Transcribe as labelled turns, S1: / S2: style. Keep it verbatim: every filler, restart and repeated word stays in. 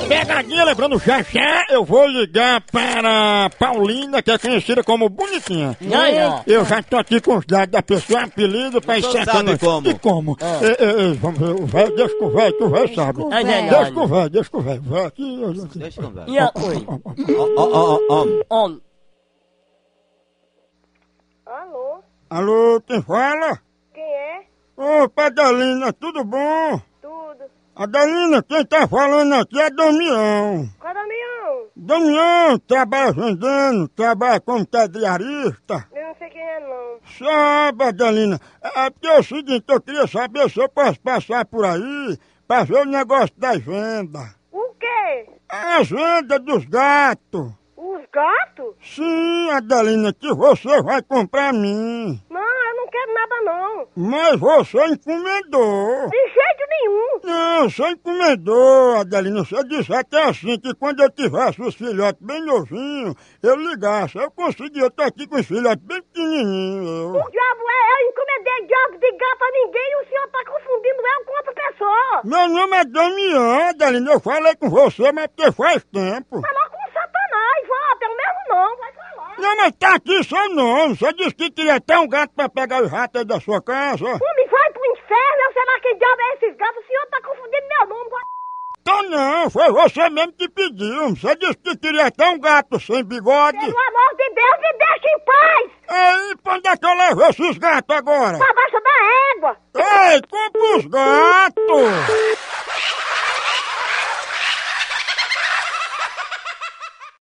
S1: Pegadinha, lembrando já já, eu vou ligar para Paulina, que é conhecida como Bonitinha.
S2: Não,
S1: Eu já tô aqui com os dados da pessoa, apelido, pra ir sacando.
S3: sabe como.
S1: E como?
S2: Ah.
S1: É, é, é, vamos ver, o velho, deixa com o velho, tu velho sabe.
S2: Não, não, não.
S1: Deixa com o velho, deixa com o velho. Vai aqui, eu-
S3: Deixa eu conversar.
S2: E a oi?
S3: Ó, ó, ó, ó.
S2: Homem.
S4: Alô?
S1: Alô, quem fala?
S4: Quem é?
S1: Opa, Adelina, tudo bom?
S4: Tudo.
S1: Adelina, quem tá falando aqui é Damião.
S4: Qual Damião?
S1: Damião trabalha vendendo, trabalha como diarista.
S4: Eu não sei quem é não.
S1: Sabe, Adelina, é porque é o seguinte, eu queria saber se eu posso passar por aí pra ver o negócio das vendas.
S4: O quê?
S1: As vendas dos gatos.
S4: Os gatos?
S1: Sim, Adelina, que você vai comprar a mim.
S4: Não, eu não quero nada não.
S1: Mas você encomendou.
S4: De jeito nenhum.
S1: Não, você encomendou, Adelina. Você disse até assim que quando eu tivesse os filhotes bem novinhos, eu ligasse. Eu consegui, eu tô aqui com os filhotes bem pequenininhos.
S4: O diabo é, eu encomendei diabo de gato a ninguém e o senhor tá confundindo eu com outra pessoa.
S1: Meu nome é Damião, Adelina. Eu falei com você, mas porque faz tempo.
S4: Falou com Satanás, ó, pelo menos não, vai falar.
S1: Não, mas tá aqui seu nome. Você disse que queria até um gato pra pegar os ratos aí da sua casa.
S4: Homem, vai pro inferno, eu sei lá quem diabo é esses gatos, o senhor tá confundindo meu nome com a...
S1: Então não, foi você mesmo que pediu. Você disse que queria até um gato sem bigode.
S4: Pelo amor de Deus, me deixa em paz!
S1: Aí, pra onde é que eu levo esses gatos agora?
S4: Pra baixo da égua!
S1: Ei, compra os gatos!